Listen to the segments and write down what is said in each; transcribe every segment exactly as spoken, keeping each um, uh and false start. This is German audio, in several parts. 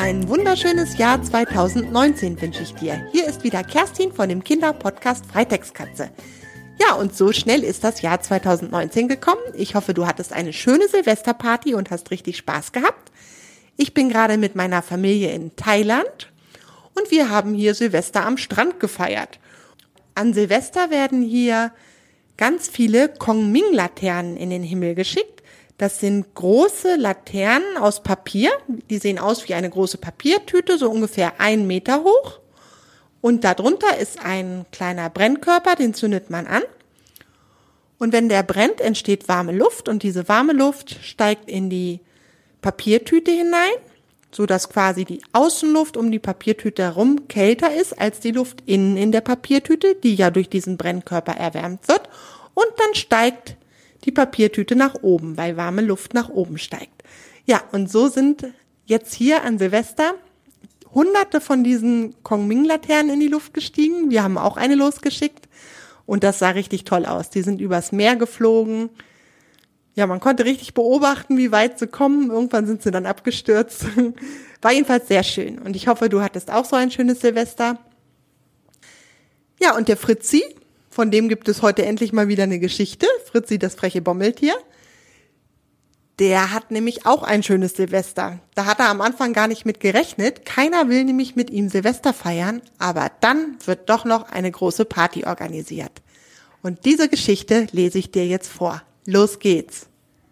Ein wunderschönes Jahr zweitausendneunzehn wünsche ich dir. Hier ist wieder Kerstin von dem Kinderpodcast Freitextkatze. Ja, und so schnell ist das Jahr zweitausendneunzehn gekommen. Ich hoffe, du hattest eine schöne Silvesterparty und hast richtig Spaß gehabt. Ich bin gerade mit meiner Familie in Thailand und wir haben hier Silvester am Strand gefeiert. An Silvester werden hier ganz viele Kongming-Laternen in den Himmel geschickt. Das sind große Laternen aus Papier. Die sehen aus wie eine große Papiertüte, so ungefähr einen Meter hoch. Und darunter ist ein kleiner Brennkörper, den zündet man an. Und wenn der brennt, entsteht warme Luft und diese warme Luft steigt in die Papiertüte hinein, sodass quasi die Außenluft um die Papiertüte herum kälter ist als die Luft innen in der Papiertüte, die ja durch diesen Brennkörper erwärmt wird. Und dann steigt die Papiertüte nach oben, weil warme Luft nach oben steigt. Ja, und so sind jetzt hier an Silvester hunderte von diesen Kongming-Laternen in die Luft gestiegen. Wir haben auch eine losgeschickt und das sah richtig toll aus. Die sind übers Meer geflogen. Ja, man konnte richtig beobachten, wie weit sie kommen. Irgendwann sind sie dann abgestürzt. War jedenfalls sehr schön und ich hoffe, du hattest auch so ein schönes Silvester. Ja, und der Fritzi, von dem gibt es heute endlich mal wieder eine Geschichte. Fritzi, das freche Bommeltier. Der hat nämlich auch ein schönes Silvester. Da hat er am Anfang gar nicht mit gerechnet. Keiner will nämlich mit ihm Silvester feiern. Aber dann wird doch noch eine große Party organisiert. Und diese Geschichte lese ich dir jetzt vor. Los geht's.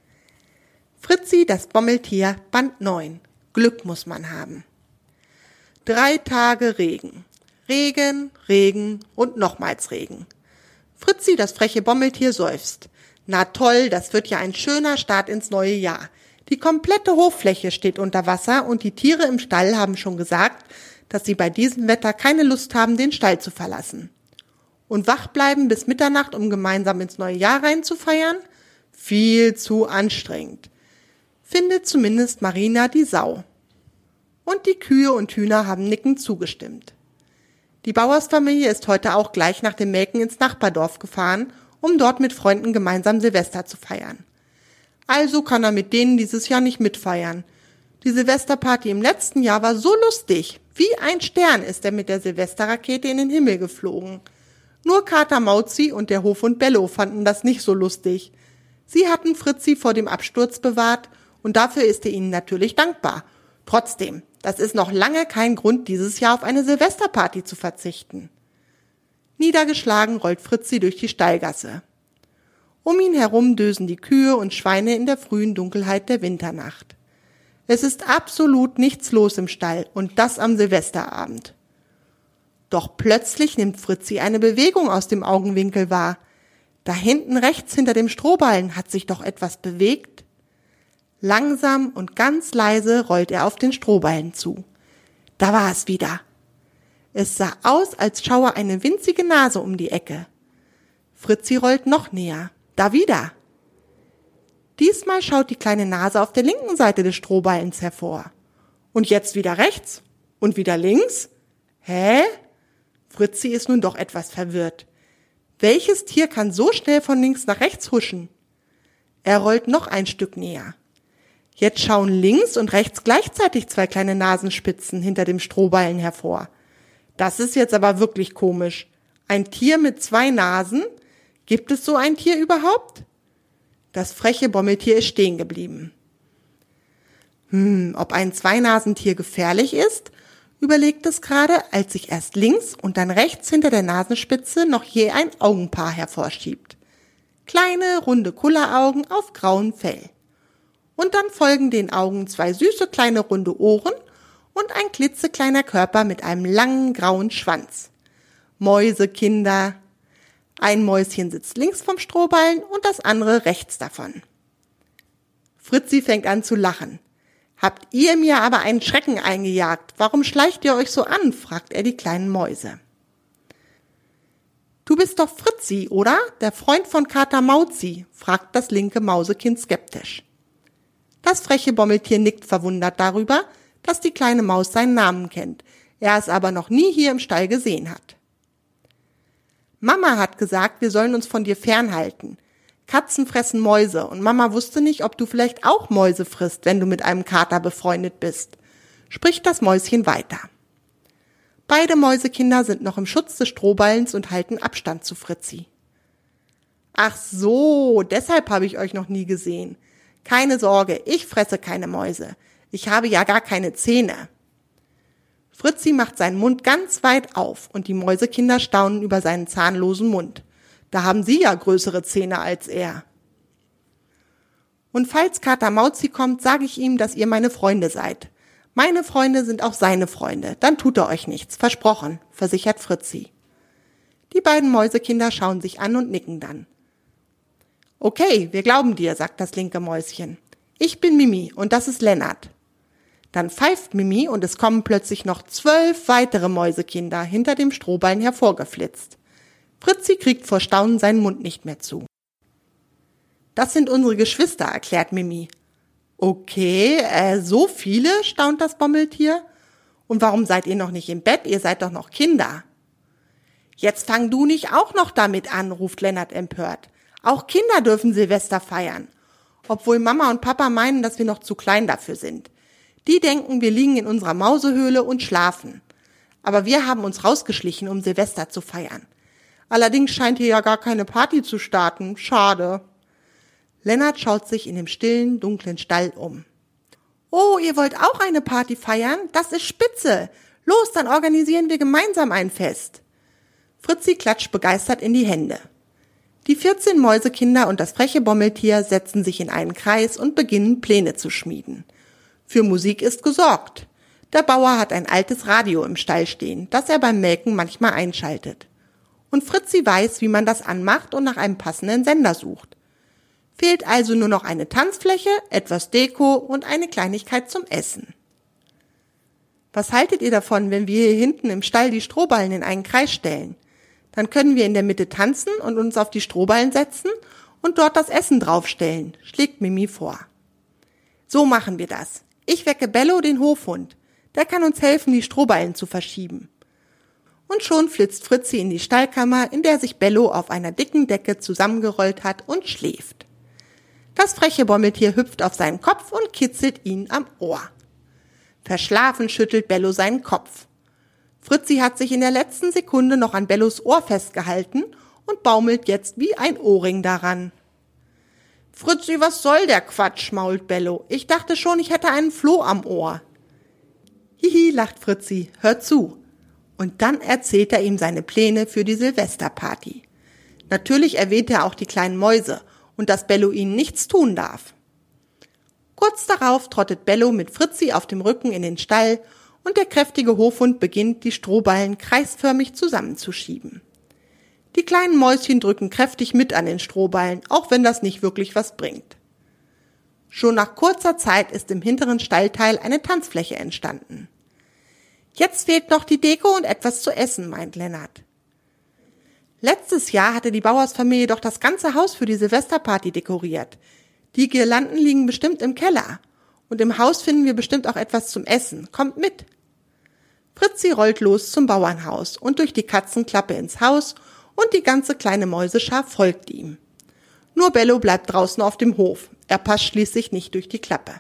Fritzi, das Bommeltier, Band neun. Glück muss man haben. Drei Tage Regen. Regen, Regen und nochmals Regen. Fritzi, das freche Bommeltier, seufzt. Na toll, das wird ja ein schöner Start ins neue Jahr. Die komplette Hoffläche steht unter Wasser und die Tiere im Stall haben schon gesagt, dass sie bei diesem Wetter keine Lust haben, den Stall zu verlassen. Und wach bleiben bis Mitternacht, um gemeinsam ins neue Jahr reinzufeiern? Viel zu anstrengend. Findet zumindest Marina die Sau. Und die Kühe und Hühner haben nickend zugestimmt. Die Bauersfamilie ist heute auch gleich nach dem Melken ins Nachbardorf gefahren, um dort mit Freunden gemeinsam Silvester zu feiern. Also kann er mit denen dieses Jahr nicht mitfeiern. Die Silvesterparty im letzten Jahr war so lustig. Wie ein Stern ist er mit der Silvesterrakete in den Himmel geflogen. Nur Kater Mauzi und der Hofhund Bello fanden das nicht so lustig. Sie hatten Fritzi vor dem Absturz bewahrt und dafür ist er ihnen natürlich dankbar. Trotzdem, das ist noch lange kein Grund, dieses Jahr auf eine Silvesterparty zu verzichten. Niedergeschlagen rollt Fritzi durch die Stallgasse. Um ihn herum dösen die Kühe und Schweine in der frühen Dunkelheit der Winternacht. Es ist absolut nichts los im Stall und das am Silvesterabend. Doch plötzlich nimmt Fritzi eine Bewegung aus dem Augenwinkel wahr. Da hinten rechts hinter dem Strohballen hat sich doch etwas bewegt. Langsam und ganz leise rollt er auf den Strohballen zu. Da war es wieder. Es sah aus, als schaue eine winzige Nase um die Ecke. Fritzi rollt noch näher. Da wieder. Diesmal schaut die kleine Nase auf der linken Seite des Strohballens hervor. Und jetzt wieder rechts und wieder links. Hä? Fritzi ist nun doch etwas verwirrt. Welches Tier kann so schnell von links nach rechts huschen? Er rollt noch ein Stück näher. Jetzt schauen links und rechts gleichzeitig zwei kleine Nasenspitzen hinter dem Strohballen hervor. Das ist jetzt aber wirklich komisch. Ein Tier mit zwei Nasen? Gibt es so ein Tier überhaupt? Das freche Bommeltier ist stehen geblieben. Hm, ob ein Zweinasentier gefährlich ist? Überlegt es gerade, als sich erst links und dann rechts hinter der Nasenspitze noch je ein Augenpaar hervorschiebt. Kleine, runde Kulleraugen auf grauem Fell. Und dann folgen den Augen zwei süße kleine runde Ohren und ein klitzekleiner Körper mit einem langen grauen Schwanz. Mäusekinder. Ein Mäuschen sitzt links vom Strohballen und das andere rechts davon. Fritzi fängt an zu lachen. Habt ihr mir aber einen Schrecken eingejagt? Warum schleicht ihr euch so an? Fragt er die kleinen Mäuse. Du bist doch Fritzi, oder? Der Freund von Kater Mauzi, fragt das linke Mausekind skeptisch. Das freche Bommeltier nickt verwundert darüber, dass die kleine Maus seinen Namen kennt, er es aber noch nie hier im Stall gesehen hat. Mama hat gesagt, wir sollen uns von dir fernhalten. Katzen fressen Mäuse und Mama wusste nicht, ob du vielleicht auch Mäuse frisst, wenn du mit einem Kater befreundet bist. spricht das Mäuschen weiter. Beide Mäusekinder sind noch im Schutz des Strohballens und halten Abstand zu Fritzi. Ach so, deshalb habe ich euch noch nie gesehen. Keine Sorge, ich fresse keine Mäuse. Ich habe ja gar keine Zähne. Fritzi macht seinen Mund ganz weit auf und die Mäusekinder staunen über seinen zahnlosen Mund. Da haben sie ja größere Zähne als er. Und falls Kater Mauzi kommt, sage ich ihm, dass ihr meine Freunde seid. Meine Freunde sind auch seine Freunde, dann tut er euch nichts, versprochen, versichert Fritzi. Die beiden Mäusekinder schauen sich an und nicken dann. Okay, wir glauben dir, sagt das linke Mäuschen. Ich bin Mimi und das ist Lennart. Dann pfeift Mimi und es kommen plötzlich noch zwölf weitere Mäusekinder hinter dem Strohballen hervorgeflitzt. Fritzi kriegt vor Staunen seinen Mund nicht mehr zu. Das sind unsere Geschwister, erklärt Mimi. Okay, äh, so viele, staunt das Bommeltier. Und warum seid ihr noch nicht im Bett? Ihr seid doch noch Kinder. Jetzt fang du nicht auch noch damit an, ruft Lennart empört. Auch Kinder dürfen Silvester feiern. Obwohl Mama und Papa meinen, dass wir noch zu klein dafür sind. Die denken, wir liegen in unserer Mausehöhle und schlafen. Aber wir haben uns rausgeschlichen, um Silvester zu feiern. Allerdings scheint hier ja gar keine Party zu starten. Schade. Lennart schaut sich in dem stillen, dunklen Stall um. Oh, ihr wollt auch eine Party feiern? Das ist spitze. Los, dann organisieren wir gemeinsam ein Fest. Fritzi klatscht begeistert in die Hände. Die vierzehn Mäusekinder und das freche Bommeltier setzen sich in einen Kreis und beginnen Pläne zu schmieden. Für Musik ist gesorgt. Der Bauer hat ein altes Radio im Stall stehen, das er beim Melken manchmal einschaltet. Und Fritzi weiß, wie man das anmacht und nach einem passenden Sender sucht. Fehlt also nur noch eine Tanzfläche, etwas Deko und eine Kleinigkeit zum Essen. Was haltet ihr davon, wenn wir hier hinten im Stall die Strohballen in einen Kreis stellen? Dann können wir in der Mitte tanzen und uns auf die Strohballen setzen und dort das Essen draufstellen, schlägt Mimi vor. So machen wir das. Ich wecke Bello, den Hofhund. Der kann uns helfen, die Strohballen zu verschieben. Und schon flitzt Fritzi in die Stallkammer, in der sich Bello auf einer dicken Decke zusammengerollt hat und schläft. Das freche Bommeltier hüpft auf seinen Kopf und kitzelt ihn am Ohr. Verschlafen schüttelt Bello seinen Kopf. Fritzi hat sich in der letzten Sekunde noch an Bellos Ohr festgehalten und baumelt jetzt wie ein Ohrring daran. Fritzi, was soll der Quatsch, mault Bello. Ich dachte schon, ich hätte einen Floh am Ohr. Hihi, lacht Fritzi, hör zu. Und dann erzählt er ihm seine Pläne für die Silvesterparty. Natürlich erwähnt er auch die kleinen Mäuse und dass Bello ihnen nichts tun darf. Kurz darauf trottet Bello mit Fritzi auf dem Rücken in den Stall und der kräftige Hofhund beginnt, die Strohballen kreisförmig zusammenzuschieben. Die kleinen Mäuschen drücken kräftig mit an den Strohballen, auch wenn das nicht wirklich was bringt. Schon nach kurzer Zeit ist im hinteren Stallteil eine Tanzfläche entstanden. Jetzt fehlt noch die Deko und etwas zu essen, meint Lennart. Letztes Jahr hatte die Bauersfamilie doch das ganze Haus für die Silvesterparty dekoriert. Die Girlanden liegen bestimmt im Keller. Und im Haus finden wir bestimmt auch etwas zum Essen. Kommt mit. Fritzi rollt los zum Bauernhaus und durch die Katzenklappe ins Haus und die ganze kleine Mäuseschar folgt ihm. Nur Bello bleibt draußen auf dem Hof. Er passt schließlich nicht durch die Klappe.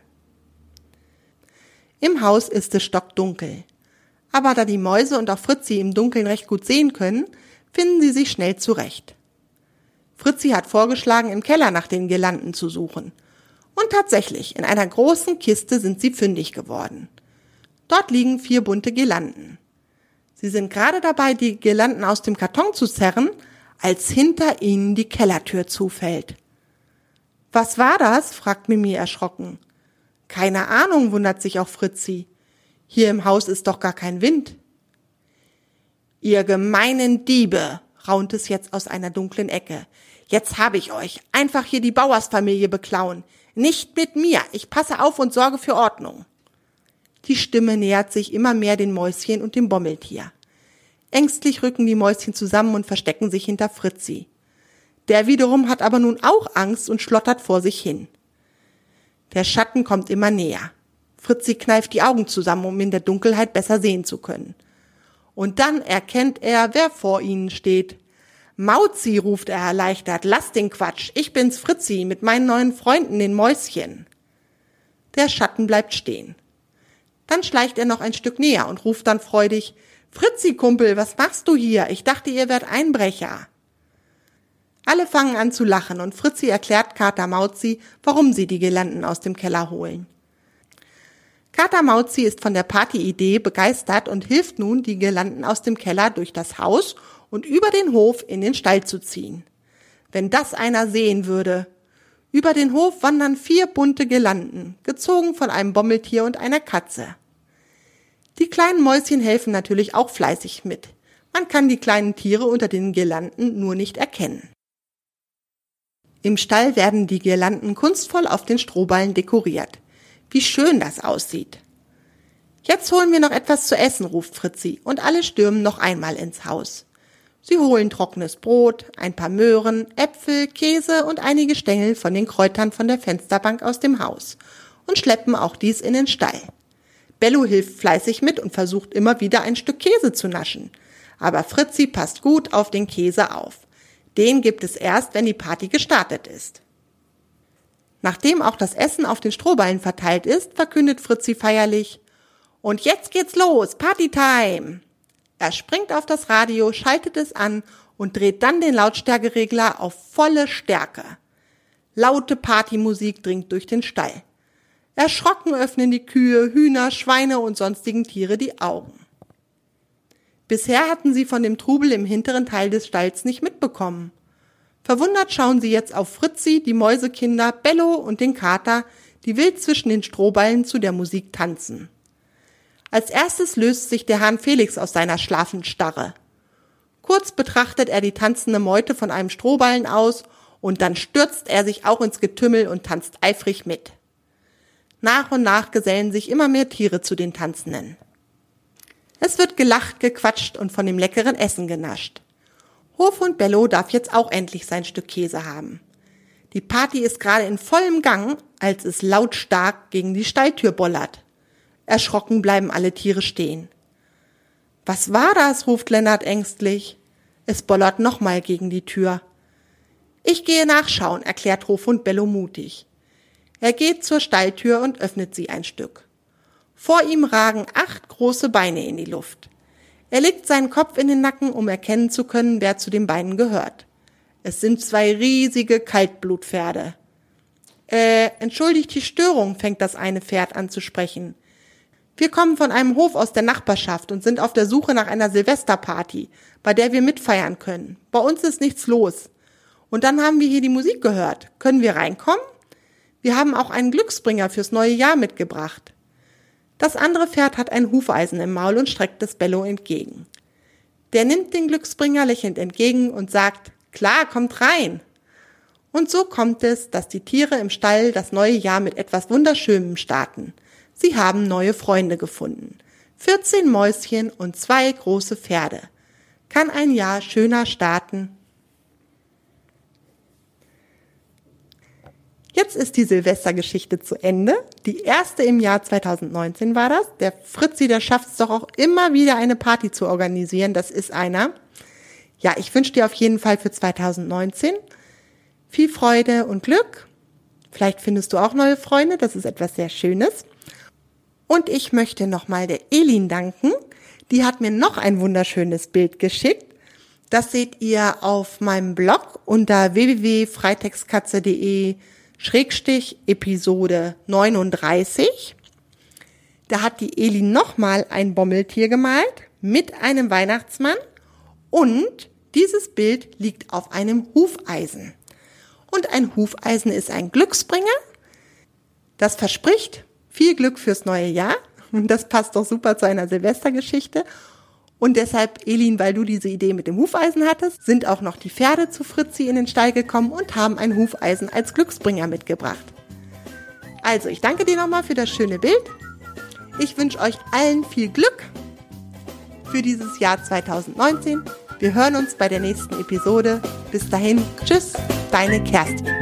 Im Haus ist es stockdunkel. Aber da die Mäuse und auch Fritzi im Dunkeln recht gut sehen können, finden sie sich schnell zurecht. Fritzi hat vorgeschlagen, im Keller nach den Girlanden zu suchen. Und tatsächlich, in einer großen Kiste sind sie fündig geworden. Dort liegen vier bunte Girlanden. Sie sind gerade dabei, die Girlanden aus dem Karton zu zerren, als hinter ihnen die Kellertür zufällt. »Was war das?« fragt Mimi erschrocken. »Keine Ahnung«, wundert sich auch Fritzi. »Hier im Haus ist doch gar kein Wind.« »Ihr gemeinen Diebe«, raunt es jetzt aus einer dunklen Ecke. »Jetzt habe ich euch. Einfach hier die Bauersfamilie beklauen. Nicht mit mir. Ich passe auf und sorge für Ordnung.« Die Stimme nähert sich immer mehr den Mäuschen und dem Bommeltier. Ängstlich rücken die Mäuschen zusammen und verstecken sich hinter Fritzi. Der wiederum hat aber nun auch Angst und schlottert vor sich hin. Der Schatten kommt immer näher. Fritzi kneift die Augen zusammen, um in der Dunkelheit besser sehen zu können. Und dann erkennt er, wer vor ihnen steht. »Mauzi«, ruft er erleichtert, »lass den Quatsch, ich bin's Fritzi mit meinen neuen Freunden, den Mäuschen.« Der Schatten bleibt stehen. Dann schleicht er noch ein Stück näher und ruft dann freudig: »Fritzi, Kumpel, was machst du hier? Ich dachte, ihr wärt Einbrecher.« Alle fangen an zu lachen und Fritzi erklärt Kater Mauzi, warum sie die Girlanden aus dem Keller holen. Kater Mauzi ist von der Partyidee begeistert und hilft nun, die Girlanden aus dem Keller durch das Haus und über den Hof in den Stall zu ziehen. Wenn das einer sehen würde! Über den Hof wandern vier bunte Girlanden, gezogen von einem Bommeltier und einer Katze. Die kleinen Mäuschen helfen natürlich auch fleißig mit. Man kann die kleinen Tiere unter den Girlanden nur nicht erkennen. Im Stall werden die Girlanden kunstvoll auf den Strohballen dekoriert. Wie schön das aussieht. »Jetzt holen wir noch etwas zu essen«, ruft Fritzi, und alle stürmen noch einmal ins Haus. Sie holen trockenes Brot, ein paar Möhren, Äpfel, Käse und einige Stängel von den Kräutern von der Fensterbank aus dem Haus und schleppen auch dies in den Stall. Bello hilft fleißig mit und versucht immer wieder ein Stück Käse zu naschen. Aber Fritzi passt gut auf den Käse auf. Den gibt es erst, wenn die Party gestartet ist. Nachdem auch das Essen auf den Strohballen verteilt ist, verkündet Fritzi feierlich: »Und jetzt geht's los, Partytime!« Er springt auf das Radio, schaltet es an und dreht dann den Lautstärkeregler auf volle Stärke. Laute Partymusik dringt durch den Stall. Erschrocken öffnen die Kühe, Hühner, Schweine und sonstigen Tiere die Augen. Bisher hatten sie von dem Trubel im hinteren Teil des Stalls nicht mitbekommen. Verwundert schauen sie jetzt auf Fritzi, die Mäusekinder, Bello und den Kater, die wild zwischen den Strohballen zu der Musik tanzen. Als erstes löst sich der Hahn Felix aus seiner Schlafenstarre. Kurz betrachtet er die tanzende Meute von einem Strohballen aus und dann stürzt er sich auch ins Getümmel und tanzt eifrig mit. Nach und nach gesellen sich immer mehr Tiere zu den Tanzenden. Es wird gelacht, gequatscht und von dem leckeren Essen genascht. Hofhund Bello darf jetzt auch endlich sein Stück Käse haben. Die Party ist gerade in vollem Gang, als es lautstark gegen die Stalltür bollert. Erschrocken bleiben alle Tiere stehen. »Was war das?« ruft Lennart ängstlich. Es bollert nochmal gegen die Tür. »Ich gehe nachschauen«, erklärt Hofhund Bello mutig. Er geht zur Stalltür und öffnet sie ein Stück. Vor ihm ragen acht große Beine in die Luft. Er legt seinen Kopf in den Nacken, um erkennen zu können, wer zu den Beinen gehört. Es sind zwei riesige Kaltblutpferde. Äh, entschuldigt die Störung, fängt das eine Pferd an zu sprechen. Wir kommen von einem Hof aus der Nachbarschaft und sind auf der Suche nach einer Silvesterparty, bei der wir mitfeiern können. Bei uns ist nichts los. Und dann haben wir hier die Musik gehört. Können wir reinkommen? Wir haben auch einen Glücksbringer fürs neue Jahr mitgebracht. Das andere Pferd hat ein Hufeisen im Maul und streckt es Bello entgegen. Der nimmt den Glücksbringer lächelnd entgegen und sagt: »Klar, kommt rein!« Und so kommt es, dass die Tiere im Stall das neue Jahr mit etwas Wunderschönem starten. Sie haben neue Freunde gefunden. vierzehn Mäuschen und zwei große Pferde. Kann ein Jahr schöner starten? Jetzt ist die Silvestergeschichte zu Ende. Die erste im Jahr zweitausendneunzehn war das. Der Fritzi, der schafft es doch auch immer wieder, eine Party zu organisieren. Das ist einer. Ja, ich wünsche dir auf jeden Fall für zweitausendneunzehn viel Freude und Glück. Vielleicht findest du auch neue Freunde. Das ist etwas sehr Schönes. Und ich möchte nochmal der Elin danken. Die hat mir noch ein wunderschönes Bild geschickt. Das seht ihr auf meinem Blog unter w w w punkt freitextkatze punkt de Schrägstrich Episode neununddreißig. Da hat die Elin nochmal ein Bommeltier gemalt mit einem Weihnachtsmann und dieses Bild liegt auf einem Hufeisen. Und ein Hufeisen ist ein Glücksbringer. Das verspricht viel Glück fürs neue Jahr und das passt doch super zu einer Silvestergeschichte. Und deshalb, Elin, weil du diese Idee mit dem Hufeisen hattest, sind auch noch die Pferde zu Fritzi in den Stall gekommen und haben ein Hufeisen als Glücksbringer mitgebracht. Also, ich danke dir nochmal für das schöne Bild. Ich wünsche euch allen viel Glück für dieses Jahr zweitausendneunzehn. Wir hören uns bei der nächsten Episode. Bis dahin, tschüss, deine Kerstin.